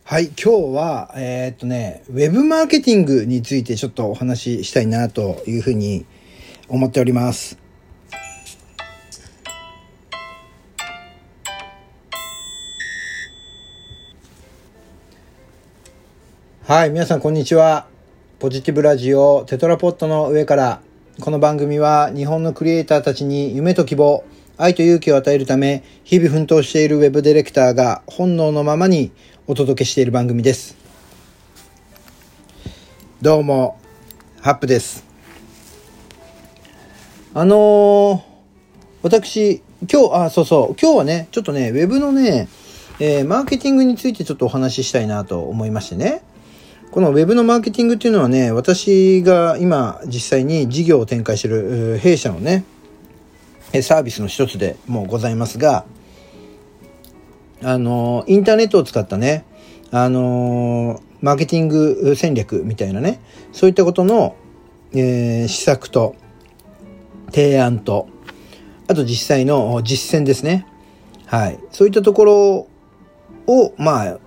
はい、今日は、ウェブマーケティングについてちょっとお話ししたいなというふうに思っております。はい、皆さんこんにちは。ポジティブラジオテトラポットの上から。この番組は日本のクリエイターたちに夢と希望、愛と勇気を与えるため、日々奮闘しているウェブディレクターが本能のままにお届けしている番組です。どうもハップです。私今日はねちょっとねウェブのね、マーケティングについてちょっとお話ししたいなと思いましてね。このウェブのマーケティングっていうのはね、私が今実際に事業を展開している弊社のねサービスの一つでもございますが、インターネットを使ったね、マーケティング戦略みたいなね、そういったことの、施策と提案と、あと実際の実践ですね。はい。そういったところを、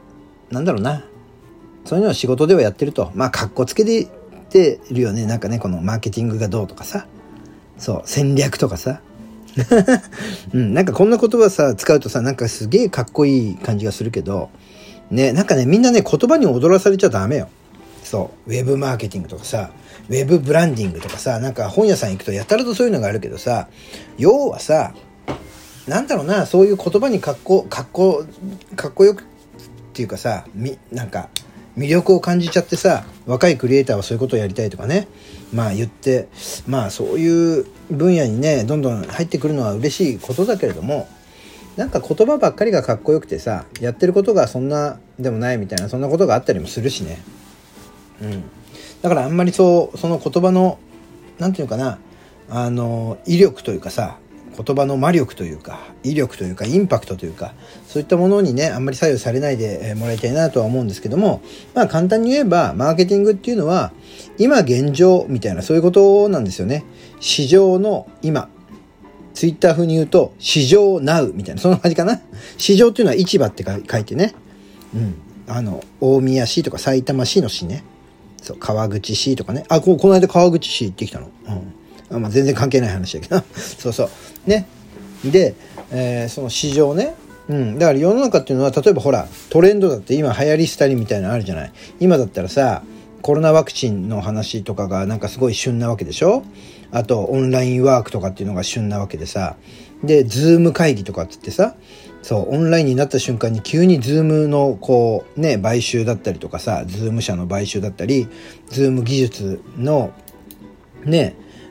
そういうのは仕事ではやってると。かっこつけてるよね。なんかね、このマーケティングがどうとかさ。そう、戦略とかさ。なんかこんな言葉さ、使うとさ、なんかすげえかっこいい感じがするけど、ね、なんかね、みんなね、言葉に踊らされちゃダメよ。そう、ウェブマーケティングとかさ、ウェブブランディングとかさ、なんか本屋さん行くとやたらとそういうのがあるけどさ、要はさ、なんだろうな、そういう言葉にかっこよくっていうかさ、なんか魅力を感じちゃってさ、若いクリエイターはそういうことをやりたいとかね、言って、そういう分野にね、どんどん入ってくるのは嬉しいことだけれども、なんか言葉ばっかりがかっこよくてさ、やってることがそんなでもないみたいな、そんなことがあったりもするしね。だからあんまりその言葉のなんていうかな、威力というかさ、言葉の魔力というか威力というかインパクトというか、そういったものにねあんまり左右されないでもらいたいなとは思うんですけども、簡単に言えばマーケティングっていうのは今現状みたいな、そういうことなんですよね。市場の今、ツイッター風に言うと市場ナウみたいな、そんな感じかな。市場っていうのは市場って書いてね、大宮市とか埼玉市の市ね、そう川口市とかね、この間川口市行ってきたの。全然関係ない話だけどそうね。で、その市場ね、だから世の中っていうのは、例えばほらトレンドだって今流行り廃りみたいなのあるじゃない。今だったらさ、コロナワクチンの話とかがなんかすごい旬なわけでしょ。あとオンラインワークとかっていうのが旬なわけでさ、でズーム会議とかっつってさ、そうオンラインになった瞬間に急にズームのこうね買収だったりとかさ、ズーム社の買収だったり、ズーム技術のね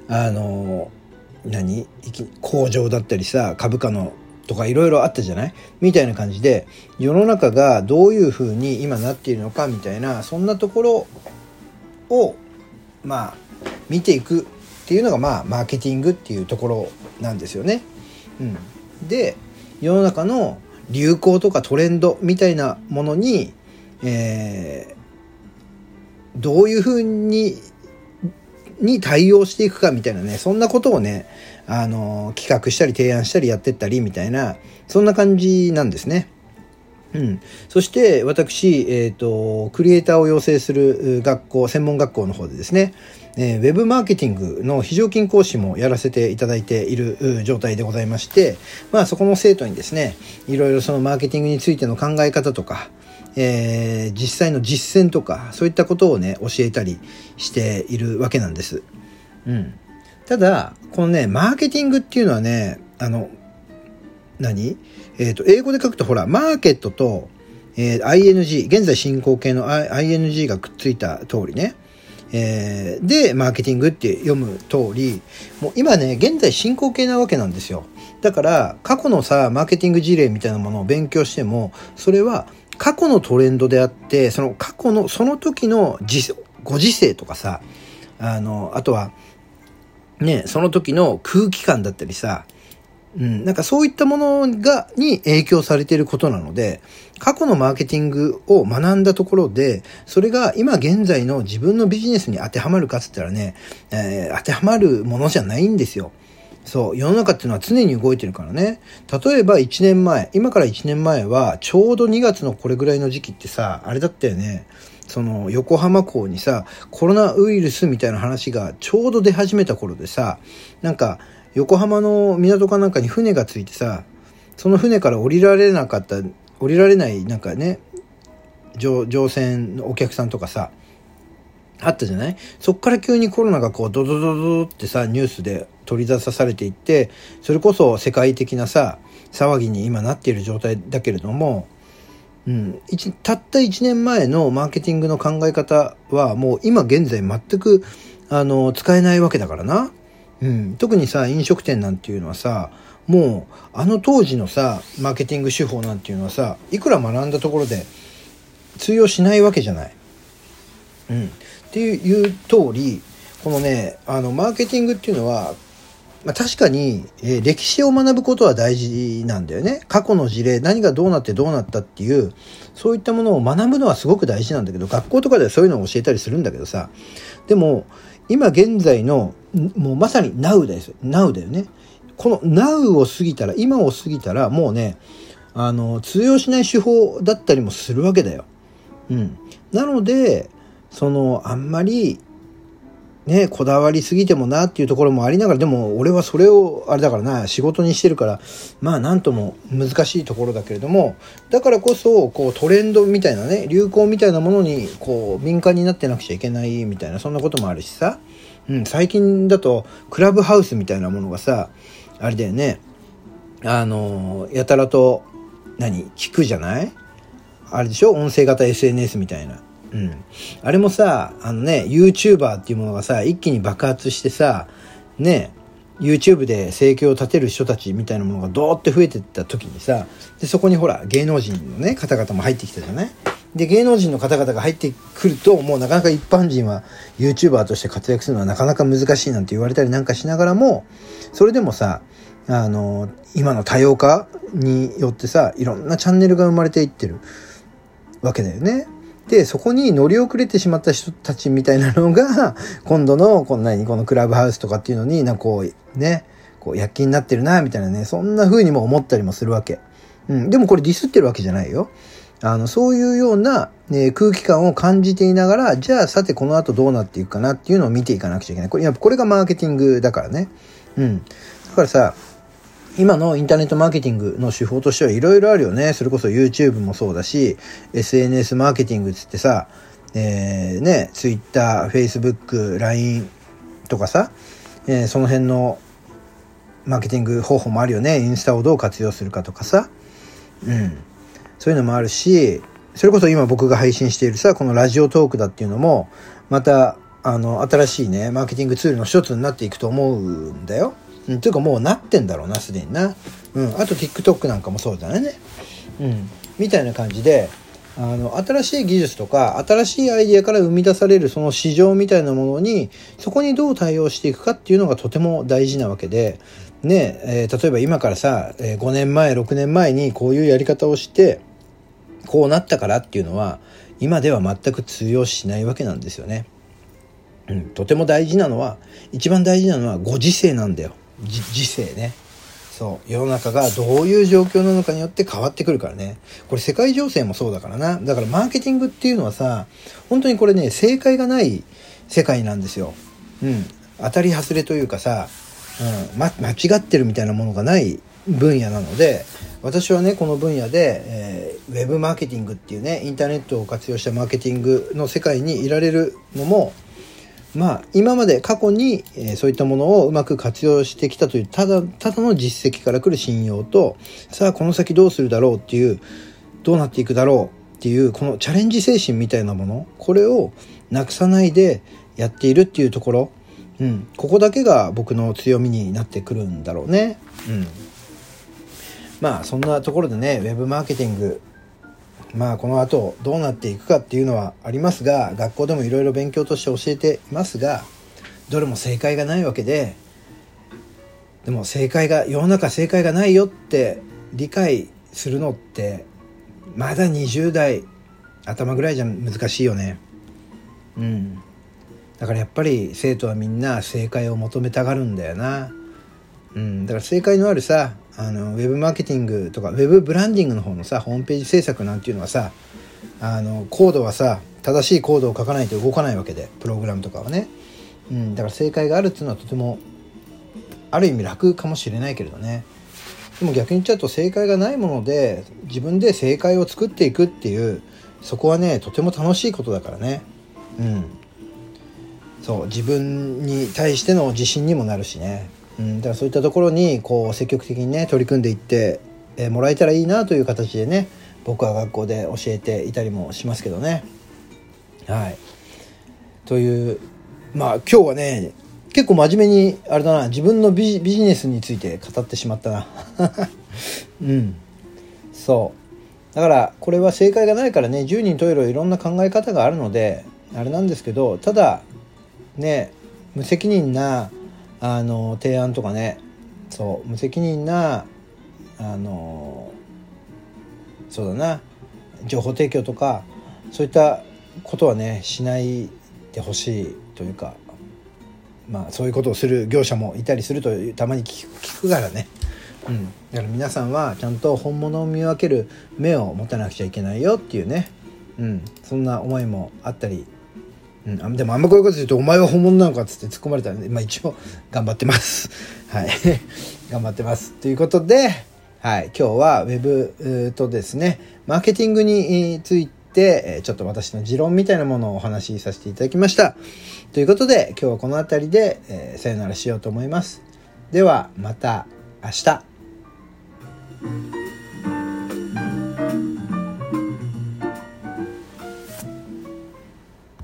工場だったりさ、株価のとかいろいろあったじゃないみたいな感じで、世の中がどういう風に今なっているのかみたいな、そんなところを見ていくっていうのがマーケティングっていうところなんですよね。で、世の中の流行とかトレンドみたいなものに、どういう風に対応していくかみたいなね、そんなことをね、企画したり提案したりやってったりみたいな、そんな感じなんですね。そして私、クリエイターを養成する学校、専門学校の方でですね、ウェブマーケティングの非常勤講師もやらせていただいている状態でございまして、そこの生徒にですね、いろいろそのマーケティングについての考え方とか、実際の実践とか、そういったことをね教えたりしているわけなんです。ただこのねマーケティングっていうのはね、英語で書くとほらマーケットと、ing 現在進行形の ing がくっついた通りね、でマーケティングって読む通り、もう今ね現在進行形なわけなんですよ。だから過去のさマーケティング事例みたいなものを勉強しても、それは過去のトレンドであって、その過去のその時のご時世とかさ、あとはねその時の空気感だったりさ、なんかそういったものに影響されていることなので、過去のマーケティングを学んだところで、それが今現在の自分のビジネスに当てはまるかって言ったらね、当てはまるものじゃないんですよ。 そう世の中っていうのは常に動いてるからね。例えば今から1年前はちょうど2月のこれぐらいの時期ってさ、あれだったよね。その横浜港にさ、コロナウイルスみたいな話がちょうど出始めた頃でさ、なんか横浜の港かなんかに船がついてさ、その船から降りられないなんかね、乗船のお客さんとかさあったじゃない。そっから急にコロナがこうドドドドってさニュースで取り出されていって、それこそ世界的なさ騒ぎに今なっている状態だけれども、たった1年前のマーケティングの考え方はもう今現在全く使えないわけだからな。特にさ飲食店なんていうのはさ、もう当時のさマーケティング手法なんていうのはさ、いくら学んだところで通用しないわけじゃない。っていう通り、このねマーケティングっていうのは、確かに、歴史を学ぶことは大事なんだよね。過去の事例、何がどうなってどうなったっていう、そういったものを学ぶのはすごく大事なんだけど、学校とかではそういうのを教えたりするんだけどさ、でも今現在のもうまさに Now です。Now だよね。この Now を過ぎたら、今を過ぎたらもうね通用しない手法だったりもするわけだよ。なのであんまりねこだわりすぎてもなっていうところもありながら、でも俺はそれをあれだからな、仕事にしてるから、なんとも難しいところだけれども、だからこそこうトレンドみたいなね、流行みたいなものにこう敏感になってなくちゃいけないみたいな、そんなこともあるしさ、最近だとクラブハウスみたいなものがさ、あれだよね、やたらと聞くじゃない。あれでしょ、音声型 SNS みたいな。あれもさ、YouTuber っていうものがさ、一気に爆発してさ、YouTube で生計を立てる人たちみたいなものがドーって増えてった時にさ、でそこにほら芸能人のね方々も入ってきたじゃない。で芸能人の方々が入ってくると、もうなかなか一般人は YouTuber として活躍するのはなかなか難しいなんて言われたりなんかしながらも、それでもさ今の多様化によってさ、いろんなチャンネルが生まれていってるわけだよね。でそこに乗り遅れてしまった人たちみたいなのが今度のこのクラブハウスとかっていうのにこう躍起になってるなみたいなね、そんな風にも思ったりもするわけ。でもこれディスってるわけじゃないよ。そういうような、空気感を感じていながら、じゃあさてこの後どうなっていくかなっていうのを見ていかなくちゃいけない。これがマーケティングだからね。だからさ、今のインターネットマーケティングの手法としてはいろいろあるよね。それこそ YouTube もそうだし、 SNS マーケティングつってさ、Twitter、Facebook、LINE とかさ、その辺のマーケティング方法もあるよね。インスタをどう活用するかとかさ、そういうのもあるし、それこそ今僕が配信しているさ、このラジオトークだっていうのもまた新しいねマーケティングツールの一つになっていくと思うんだよ。というかもうなってんだろうな、すでにな。あと TikTok なんかもそうだね。みたいな感じで新しい技術とか新しいアイディアから生み出されるその市場みたいなものに、そこにどう対応していくかっていうのがとても大事なわけで例えば今からさ、5年前6年前にこういうやり方をしてこうなったからっていうのは今では全く通用しないわけなんですよね。とても大事なのは、一番大事なのはご時世なんだよ。時世ね。そう世の中がどういう状況なのかによって変わってくるからね。これ世界情勢もそうだからな。だからマーケティングっていうのはさ、本当にこれね、正解がない世界なんですよ。当たり外れというかさ、間違ってるみたいなものがない分野なので、私はねこの分野で、ウェブマーケティングっていうね、インターネットを活用したマーケティングの世界にいられるのも、今まで過去に、そういったものをうまく活用してきたというただの実績から来る信用と、さあこの先どうするだろうっていう、どうなっていくだろうっていうこのチャレンジ精神みたいなもの、これをなくさないでやっているっていうところ、ここだけが僕の強みになってくるんだろうね。そんなところでね、ウェブマーケティングこの後どうなっていくかっていうのはありますが、学校でもいろいろ勉強として教えていますが、どれも正解がないわけで、でも世の中正解がないよって理解するのってまだ20代頭ぐらいじゃ難しいよね。だからやっぱり生徒はみんな正解を求めたがるんだよな。 だから正解のあるさ、ウェブマーケティングとかウェブブランディングの方のさホームページ制作なんていうのはさ、コードはさ正しいコードを書かないと動かないわけで、プログラムとかはね、だから正解があるっていうのはとてもある意味楽かもしれないけれどね。でも逆に言っちゃうと正解がないもので自分で正解を作っていくっていう、そこはねとても楽しいことだからね。そう自分に対しての自信にもなるしね。だからそういったところにこう積極的にね取り組んでいってもらえたらいいなという形でね、僕は学校で教えていたりもしますけどね。はい。という今日はね結構真面目にあれだな、自分のビジネスについて語ってしまったなそうだからこれは正解がないからね、十人十色いろんな考え方があるのであれなんですけど、ただね無責任な提案とかね、そう無責任なそうだな情報提供とかそういったことはねしないでほしいというか、そういうことをする業者もいたりするとたまに聞くからね。だから皆さんはちゃんと本物を見分ける目を持たなくちゃいけないよっていうね、そんな思いもあったり、でもあんまこういうこと言うとお前は本物なのかっつって突っ込まれたらね、一応頑張ってますはい頑張ってますということで、今日はウェブとですねマーケティングについてちょっと私の持論みたいなものをお話しさせていただきました。ということで今日はこの辺りで、さよならしようと思います。ではまた明日。